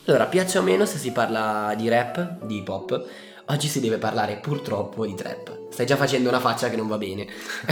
Allora, piaccia o meno, se si parla di rap, di hip hop, oggi si deve parlare purtroppo di trap. Stai già facendo una faccia che non va bene.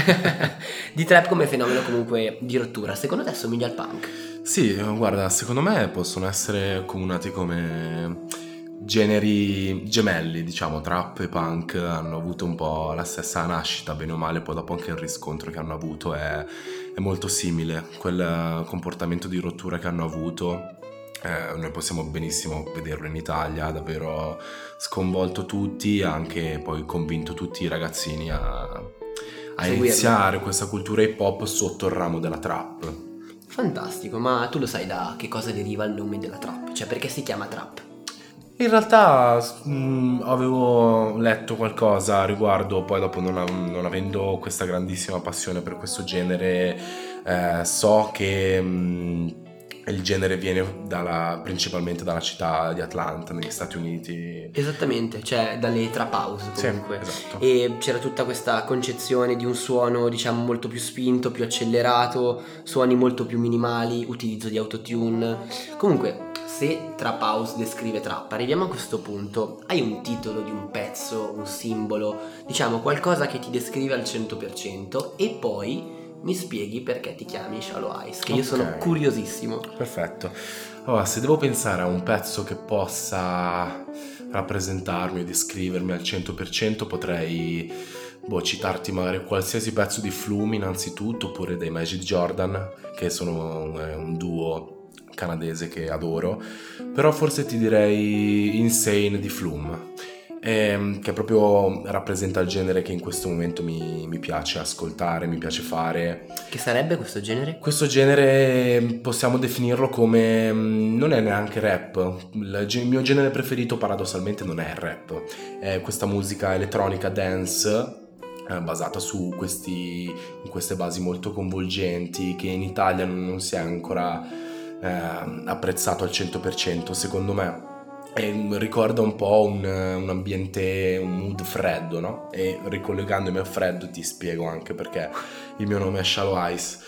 Di trap come fenomeno comunque di rottura. Secondo te somiglia al punk? Sì, guarda, secondo me possono essere comunati come generi gemelli, diciamo, trap e punk hanno avuto un po' la stessa nascita, bene o male, poi dopo anche il riscontro che hanno avuto è molto simile, quel comportamento di rottura che hanno avuto. Noi possiamo benissimo vederlo in Italia, ha davvero sconvolto tutti, ha anche poi convinto tutti i ragazzini a Seguirlo. iniziare questa cultura hip hop sotto il ramo della trap. Fantastico, ma tu lo sai da che cosa deriva il nome della trap? Cioè, perché si chiama trap? In realtà avevo letto qualcosa a riguardo, poi dopo non avendo questa grandissima passione per questo genere, so che il genere viene principalmente dalla città di Atlanta, negli Stati Uniti. Esattamente, cioè dalle trap house comunque. Sì, esatto. E c'era tutta questa concezione di un suono, diciamo, molto più spinto, più accelerato, suoni molto più minimali, utilizzo di autotune. Comunque, se trap house descrive trap, arriviamo a questo punto, hai un titolo di un pezzo, un simbolo, diciamo qualcosa che ti descrive al 100% e poi mi spieghi perché ti chiami Shallow Ice, che io sono Ok. curiosissimo. Perfetto. Allora, se devo pensare a un pezzo che possa rappresentarmi o descrivermi al 100%, potrei citarti magari qualsiasi pezzo di Flume innanzitutto, oppure dei Magic Jordan, che sono un duo canadese che adoro, però forse ti direi Insane di Flume, che proprio rappresenta il genere che in questo momento mi piace ascoltare, mi piace fare. Che sarebbe questo genere? Questo genere possiamo definirlo come non è neanche rap. Il mio genere preferito paradossalmente non è il rap, è questa musica elettronica dance basata su queste basi molto coinvolgenti, che in Italia non si è ancora apprezzato al 100% secondo me. Ricorda un po' un ambiente, un mood freddo, no? E ricollegandomi al freddo ti spiego anche perché il mio nome è Shallow Ice,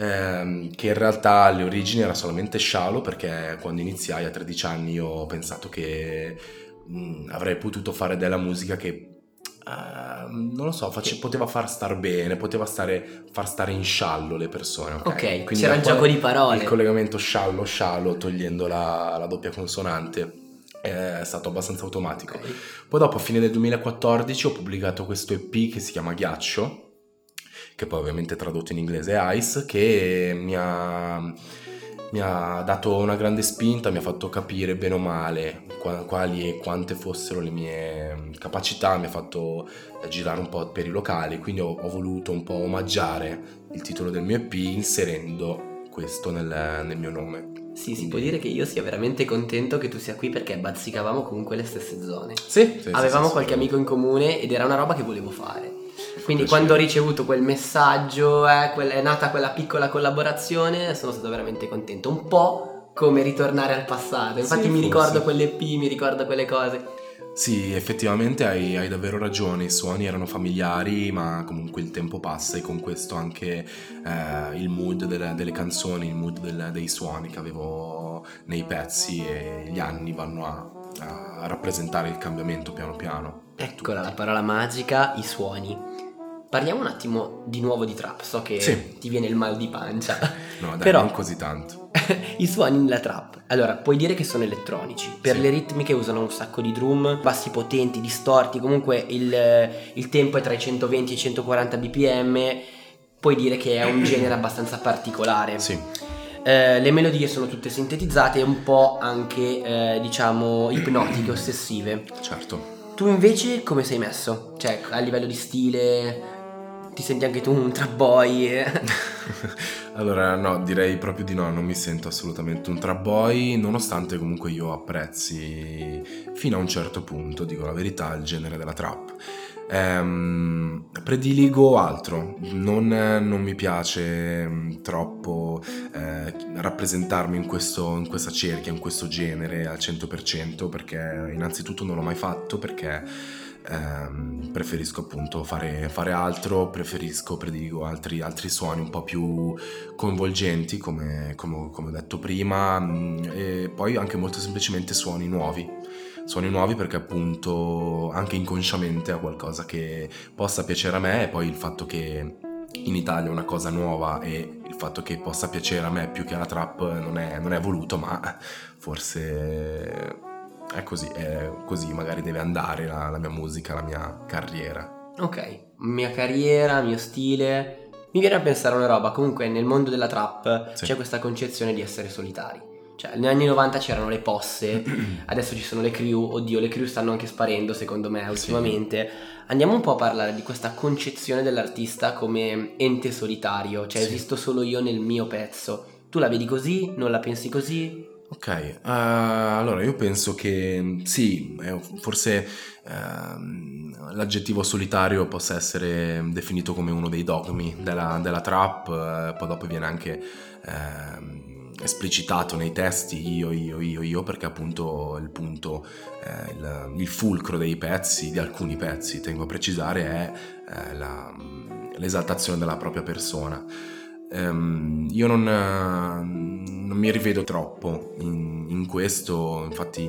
che in realtà alle origini era solamente Shallow, perché quando iniziai a 13 anni io ho pensato che avrei potuto fare della musica che non lo so, poteva far star bene, poteva far stare in sciallo le persone, ok? Ok, c'era il gioco di parole. Il collegamento sciallo togliendo la doppia consonante è stato abbastanza automatico. Ok. Poi dopo, a fine del 2014, ho pubblicato questo EP che si chiama Ghiaccio, che poi ovviamente tradotto in inglese è Ice, che mi ha dato una grande spinta, mi ha fatto capire bene o male quali e quante fossero le mie capacità, mi ha fatto girare un po' per i locali, quindi ho voluto un po' omaggiare il titolo del mio EP inserendo questo nel mio nome. Sì, si può dire che io sia veramente contento che tu sia qui perché bazzicavamo comunque le stesse zone. Sì, Avevamo sì, qualche amico in comune ed era una roba che volevo fare. Quindi piacere. quando ho ricevuto quel messaggio, è nata quella piccola collaborazione, sono stato veramente contento. Un po' come ritornare al passato. Infatti Sì, mi forse. ricordo quell'EP, mi ricordo quelle cose. Sì, effettivamente hai davvero ragione, i suoni erano familiari, ma comunque il tempo passa e con questo anche il mood delle canzoni, il mood dei suoni che avevo nei pezzi, e gli anni vanno a rappresentare il cambiamento piano piano. Eccola la parola magica, i suoni. Parliamo un attimo di nuovo di trap, so che Sì. ti viene il mal di pancia. No, dai, Però non così tanto. i suoni nella trap, allora puoi dire che sono elettronici, per Sì. le ritmiche usano un sacco di drum, bassi potenti, distorti, comunque il tempo è tra i 120 e i 140 bpm, puoi dire che è un genere abbastanza particolare. Sì. Le melodie sono tutte sintetizzate e un po' anche diciamo ipnotiche, ossessive. Certo. Tu invece come sei messo? Cioè a livello di stile ti senti anche tu un trap boy? Allora, no, direi proprio di no, non mi sento assolutamente un trap boy, nonostante comunque io apprezzi fino a un certo punto, dico la verità, il genere della trap. Prediligo altro, non mi piace troppo rappresentarmi in questa cerchia, in questo genere al 100%, perché innanzitutto non l'ho mai fatto, perché preferisco appunto fare altro, prediligo altri suoni un po' più coinvolgenti, come ho detto prima, e poi anche molto semplicemente suoni nuovi perché appunto anche inconsciamente è qualcosa che possa piacere a me, e poi il fatto che in Italia è una cosa nuova e il fatto che possa piacere a me più che alla trap non è voluto, ma forse è così magari deve andare la mia musica, la mia carriera. Ok, mia carriera, mio stile. Mi viene a pensare una roba, comunque nel mondo della trap Sì. c'è questa concezione di essere solitari. Cioè, negli anni 90 c'erano le posse, adesso ci sono le crew, oddio, le crew stanno anche sparendo secondo me ultimamente. Andiamo un po' a parlare di questa concezione dell'artista come ente solitario, cioè Sì. esisto solo io nel mio pezzo. Tu la vedi così? Non la pensi così? Ok, allora io penso che sì, forse l'aggettivo solitario possa essere definito come uno dei dogmi della trap, poi dopo viene anche esplicitato nei testi io, perché appunto il punto, il fulcro dei pezzi, di alcuni pezzi, tengo a precisare, è l'esaltazione della propria persona. Io non mi rivedo troppo in questo, infatti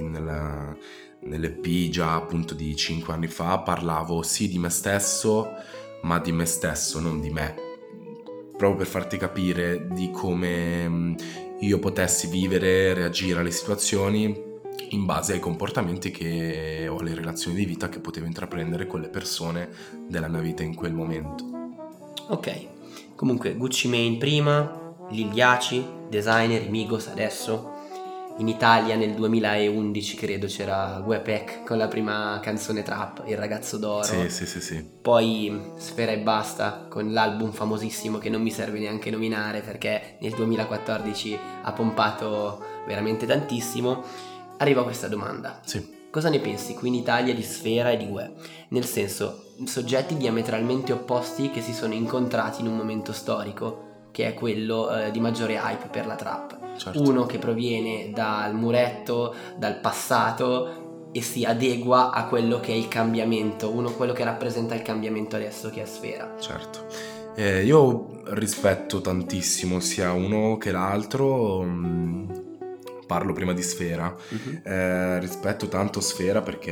nell'EP già appunto di 5 anni fa parlavo sì di me stesso, ma di me stesso, non di me, proprio per farti capire di come io potessi vivere, reagire alle situazioni in base ai comportamenti o alle relazioni di vita che potevo intraprendere con le persone della mia vita in quel momento. Ok, comunque Gucci Mane prima, Lil Yachty, designer, Migos adesso. In Italia nel 2011 credo c'era Guepec con la prima canzone trap, Il ragazzo d'oro. Sì. Poi Sfera e Basta con l'album famosissimo che non mi serve neanche nominare perché nel 2014 ha pompato veramente tantissimo. Arriva questa domanda. Sì. Cosa ne pensi qui in Italia di Sfera e di Gue? Nel senso, soggetti diametralmente opposti che si sono incontrati in un momento storico che è quello di maggiore hype per la trap. Certo. Uno che proviene dal muretto, dal passato e si adegua a quello che è il cambiamento, quello che rappresenta il cambiamento adesso che è Sfera. Certo. Io rispetto tantissimo sia uno che l'altro. Parlo prima di Sfera. Rispetto tanto Sfera perché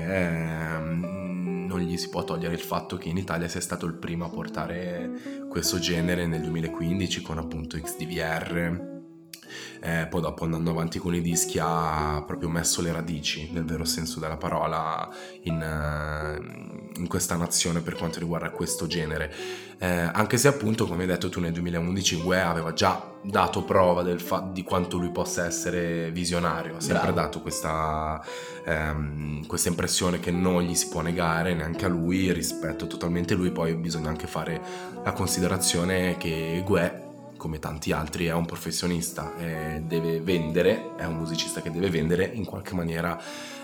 non gli si può togliere il fatto che in Italia sia stato il primo a portare questo genere nel 2015 con appunto XDVR. Poi dopo, andando avanti con i dischi, ha proprio messo le radici nel vero senso della parola in questa nazione per quanto riguarda questo genere, anche se appunto, come hai detto tu, nel 2011 Gue aveva già dato prova di quanto lui possa essere visionario, ha sempre dato questa impressione che non gli si può negare neanche a lui, rispetto totalmente lui. Poi bisogna anche fare la considerazione che Gue, come tanti altri, è un professionista, deve vendere, è un musicista che deve vendere, in qualche maniera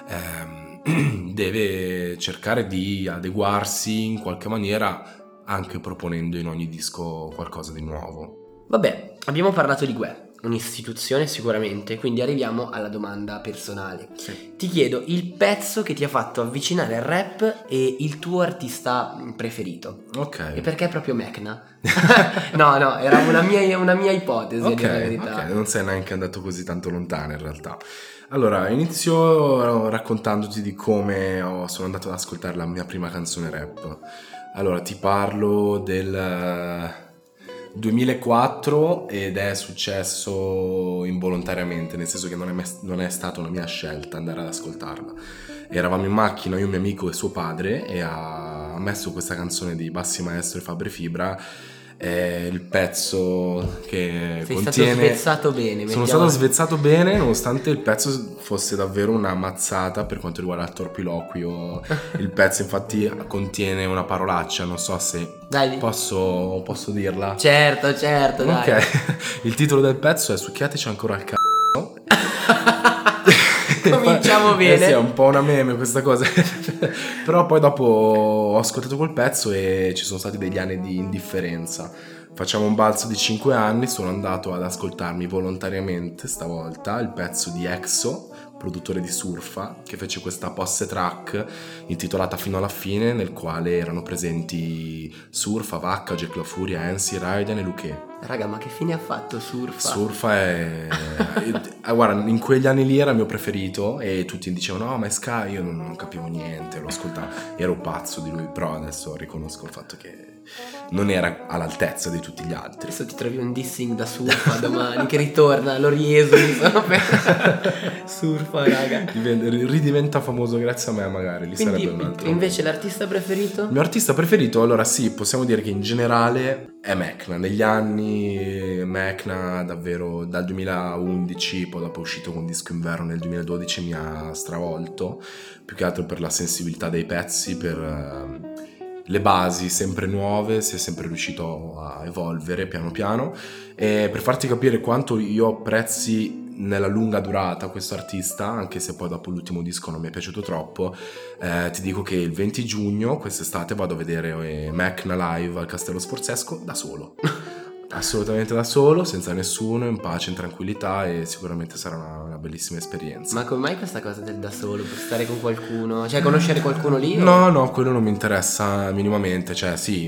deve cercare di adeguarsi in qualche maniera, anche proponendo in ogni disco qualcosa di nuovo. Vabbè, abbiamo parlato di Gue, un'istituzione sicuramente, quindi arriviamo alla domanda personale. Sì. Ti chiedo il pezzo che ti ha fatto avvicinare al rap e il tuo artista preferito. Ok. E perché proprio Mecna? No, era una mia ipotesi, a dire la verità. Ok, non sei neanche andato così tanto lontano in realtà. Allora, inizio raccontandoti di come sono andato ad ascoltare la mia prima canzone rap. Allora, ti parlo del 2004 ed è successo involontariamente, nel senso che non è stata una mia scelta andare ad ascoltarla. Eravamo in macchina, io, mio amico e suo padre, e ha messo questa canzone di Bassi Maestro e Fabri Fibra. È il pezzo che Sei contiene... stato svezzato bene. Sono stato svezzato bene, nonostante il pezzo fosse davvero una mazzata per quanto riguarda il torpiloquio. Il pezzo infatti contiene una parolaccia, non so se posso dirla. Certo, dai. Ok, il titolo del pezzo è Succhiateci ancora al c***o. Cominciamo bene. Sì, è un po' una meme questa cosa. Però poi dopo ho ascoltato quel pezzo e ci sono stati degli anni di indifferenza Facciamo un balzo di 5 anni, sono andato ad ascoltarmi volontariamente stavolta il pezzo di EXO, produttore di Surfa, che fece questa posse track intitolata Fino alla fine, nel quale erano presenti Surfa, Vacca, Jack La Furia, Ensi, Raiden e Luché. Raga, ma che fine ha fatto Surfa? Surfa è... guarda, in quegli anni lì era il mio preferito e tutti dicevano no, ma è Sky, io non capivo niente, lo ascoltavo, ero pazzo di lui, però adesso riconosco il fatto che non era all'altezza di tutti gli altri. Adesso ti trovi un dissing da Surfa domani che ritorna, lo riesumi per Surfa, raga. Ridiventa famoso grazie a me, magari. Gli Quindi, sarebbe un altro. invece l'artista preferito? Il mio artista preferito, allora sì, possiamo dire che in generale è Mecna. Negli anni Mecna davvero dal 2011, poi dopo è uscito con Disco Inverno nel 2012, mi ha stravolto, più che altro per la sensibilità dei pezzi, per le basi sempre nuove, si è sempre riuscito a evolvere piano piano, e per farti capire quanto io apprezzi nella lunga durata questo artista, anche se poi dopo l'ultimo disco non mi è piaciuto troppo, ti dico che il 20 giugno quest'estate vado a vedere Mecna live al Castello Sforzesco da solo. Assolutamente da solo, senza nessuno, in pace, in tranquillità, e sicuramente sarà una bellissima esperienza. Ma come mai questa cosa del da solo? Per stare con qualcuno? Cioè conoscere qualcuno lì? No, quello non mi interessa minimamente. Cioè sì,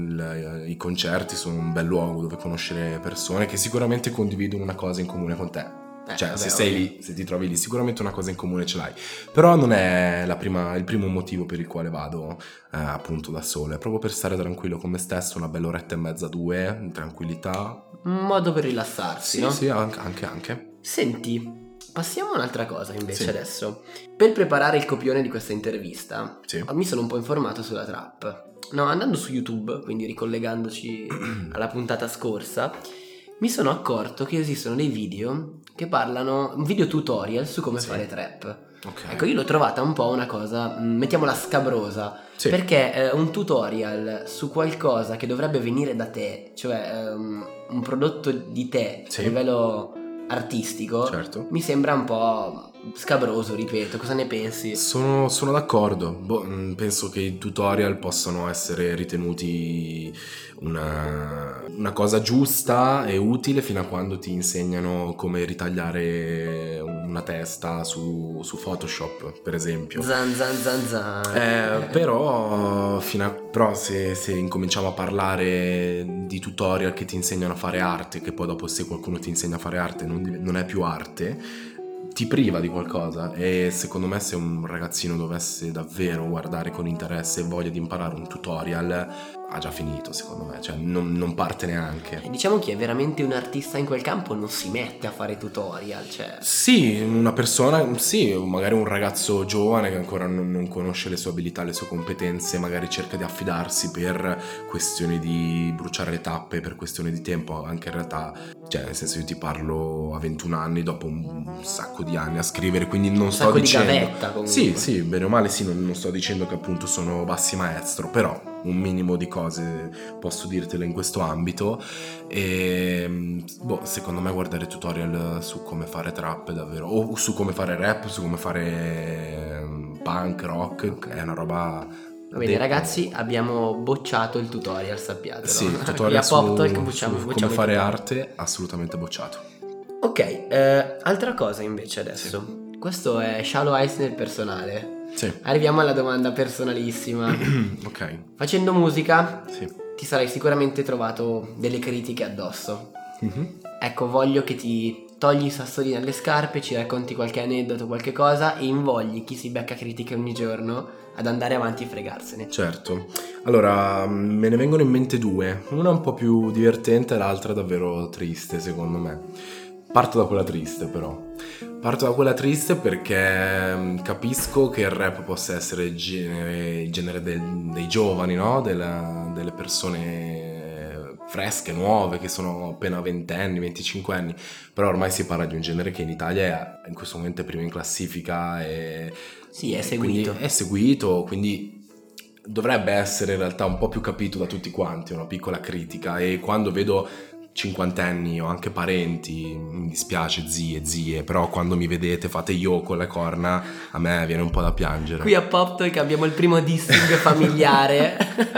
i concerti sono un bel luogo dove conoscere persone che sicuramente condividono una cosa in comune con te. Cioè vabbè, se sei lì, se ti trovi lì, sicuramente una cosa in comune ce l'hai. Però non è il primo motivo per il quale vado appunto da solo. È proprio per stare tranquillo con me stesso, una bella oretta e mezza, 2, in tranquillità. Un modo per rilassarsi, Sì, no? sì, anche. Senti, passiamo a un'altra cosa invece Sì. adesso. Per preparare il copione di questa intervista, Sì. mi sono un po' informato sulla trap. No, andando su YouTube, quindi ricollegandoci alla puntata scorsa, mi sono accorto che esistono dei video che parlano, un video tutorial su come Sì. fare trap. Ok. Ecco, io l'ho trovata un po' una cosa, mettiamola scabrosa, Sì. perché un tutorial su qualcosa che dovrebbe venire da te, cioè un prodotto di te Sì. a livello artistico, Certo. mi sembra un po' scabroso, ripeto. Cosa ne pensi? Sono d'accordo. Penso che i tutorial possano essere ritenuti una cosa giusta e utile fino a quando ti insegnano come ritagliare una testa su Photoshop, per esempio. Zan zan zan zan. Però se incominciamo a parlare di tutorial che ti insegnano a fare arte, che poi dopo se qualcuno ti insegna a fare arte non è più arte, ti priva di qualcosa. E secondo me se un ragazzino dovesse davvero guardare con interesse e voglia di imparare un tutorial, ha già finito, secondo me, cioè non parte neanche. Diciamo che è veramente un artista in quel campo non si mette a fare tutorial, cioè. Sì, una persona, sì, magari un ragazzo giovane che ancora non conosce le sue abilità, le sue competenze, magari cerca di affidarsi per questioni di bruciare le tappe, per questioni di tempo, anche in realtà, cioè nel senso io ti parlo a 21 anni dopo un sacco di anni a scrivere, quindi non sto Sacco dicendo... di gavetta comunque. Sì, bene o male sì, non sto dicendo che appunto sono bassi maestro, però un minimo di cose posso dirtelo in questo ambito. E secondo me guardare tutorial su come fare trap è davvero, o su come fare rap, su come fare punk, rock, è una roba. Va bene ragazzi, abbiamo bocciato il tutorial, sappiatelo. Sì, il Qui tutorial a Pop Talk su bocciamo come il fare tutorial. arte, assolutamente bocciato. Ok, altra cosa invece adesso. Questo è Shallow Ice nel personale. Sì. Arriviamo alla domanda personalissima. Ok. Facendo musica Sì. ti sarai sicuramente trovato delle critiche addosso. Mhm. Ecco, voglio che ti togli i sassolini dalle scarpe, ci racconti qualche aneddoto, qualche cosa e invogli chi si becca critiche ogni giorno ad andare avanti e fregarsene. Certo. Allora, me ne vengono in mente due. Una un po' più divertente e l'altra davvero triste, secondo me. Parto da quella triste, però. Parto da quella triste perché capisco che il rap possa essere il genere dei giovani, no? Delle persone fresche, nuove, che sono appena 20 anni, 25 anni. Però ormai si parla di un genere che in Italia in questo momento è primo in classifica e... Sì, è seguito. Quindi è seguito, quindi dovrebbe essere in realtà un po' più capito da tutti quanti, una piccola critica. E quando vedo cinquantenni o anche parenti, mi dispiace, zie, però quando mi vedete fate io con le corna, a me viene un po' da piangere. Qui a Pop Talk abbiamo il primo dissing familiare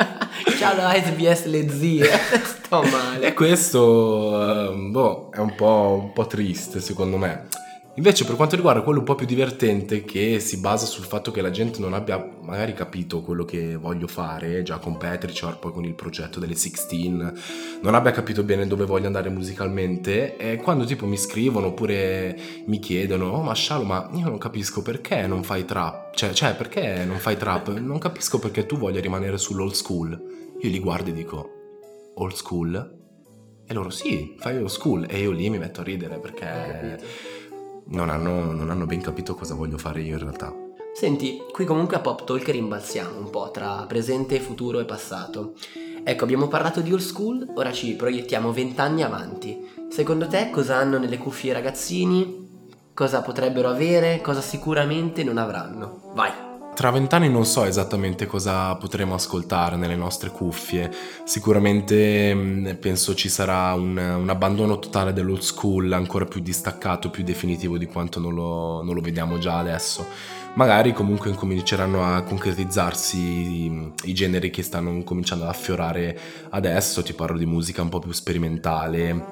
Ciao la SBS le zie. Sto male. E questo, è un po' triste secondo me. Invece per quanto riguarda quello un po' più divertente, che si basa sul fatto che la gente non abbia magari capito quello che voglio fare, già con Petrichor, poi con il progetto delle 16, non abbia capito bene dove voglio andare musicalmente, e quando tipo mi scrivono oppure mi chiedono: oh Mascialo, ma io non capisco perché non fai trap, cioè perché non fai trap, non capisco perché tu voglia rimanere sull'old school. Io li guardo e dico: old school? E loro: sì, fai old school. E io lì mi metto a ridere perché non hanno ben capito cosa voglio fare io in realtà. Senti, qui comunque a Pop Talk rimbalziamo un po' tra presente, futuro e passato. Ecco, abbiamo parlato di old school, ora ci proiettiamo 20 anni avanti. Secondo te cosa hanno nelle cuffie i ragazzini? Cosa potrebbero avere? Cosa sicuramente non avranno? Vai! Tra 20 anni non so esattamente cosa potremo ascoltare nelle nostre cuffie. Sicuramente penso ci sarà un abbandono totale dell'old school, ancora più distaccato, più definitivo di quanto non lo vediamo già adesso. Magari comunque incominceranno a concretizzarsi i generi che stanno cominciando ad affiorare adesso. Ti parlo di musica un po' più sperimentale,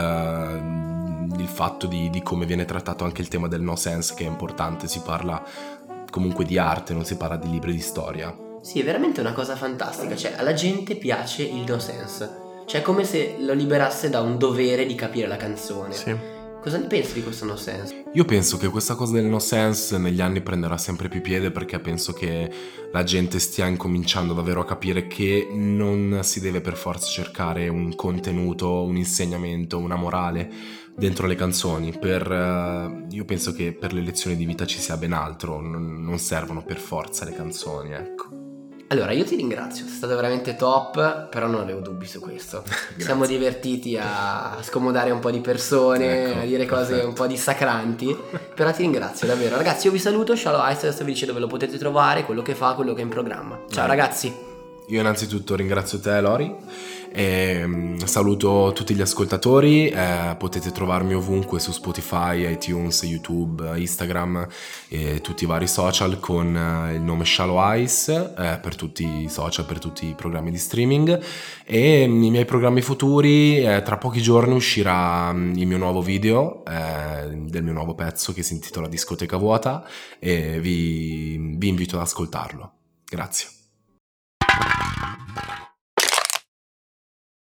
il fatto di come viene trattato anche il tema del no sense, che è importante. Si parla comunque di arte, non si parla di libri di storia. Sì, è veramente una cosa fantastica, cioè alla gente piace il no sense, cioè è come se lo liberasse da un dovere di capire la canzone. Sì. Cosa ne pensi di questo no sense? Io penso che questa cosa del no sense negli anni prenderà sempre più piede, perché penso che la gente stia incominciando davvero a capire che non si deve per forza cercare un contenuto, un insegnamento, una morale dentro le canzoni. Io penso che per le lezioni di vita ci sia ben altro, non servono per forza le canzoni, ecco. Allora, io ti ringrazio, sei stato veramente top, però non avevo dubbi su questo. Siamo divertiti a scomodare un po' di persone, Ecco, a dire cose perfetto. un po' dissacranti, però ti ringrazio davvero. Ragazzi, io vi saluto, Shallow Ice, adesso vi dice dove lo potete trovare, quello che fa, quello che è in programma. Ciao ragazzi! Io innanzitutto ringrazio te, Lori, e saluto tutti gli ascoltatori. Potete trovarmi ovunque su Spotify, iTunes, YouTube, Instagram e tutti i vari social con il nome Shallow Ice, per tutti i social, per tutti i programmi di streaming. E i miei programmi futuri, tra pochi giorni uscirà il mio nuovo video del mio nuovo pezzo che si intitola Discoteca Vuota, e vi invito ad ascoltarlo. Grazie.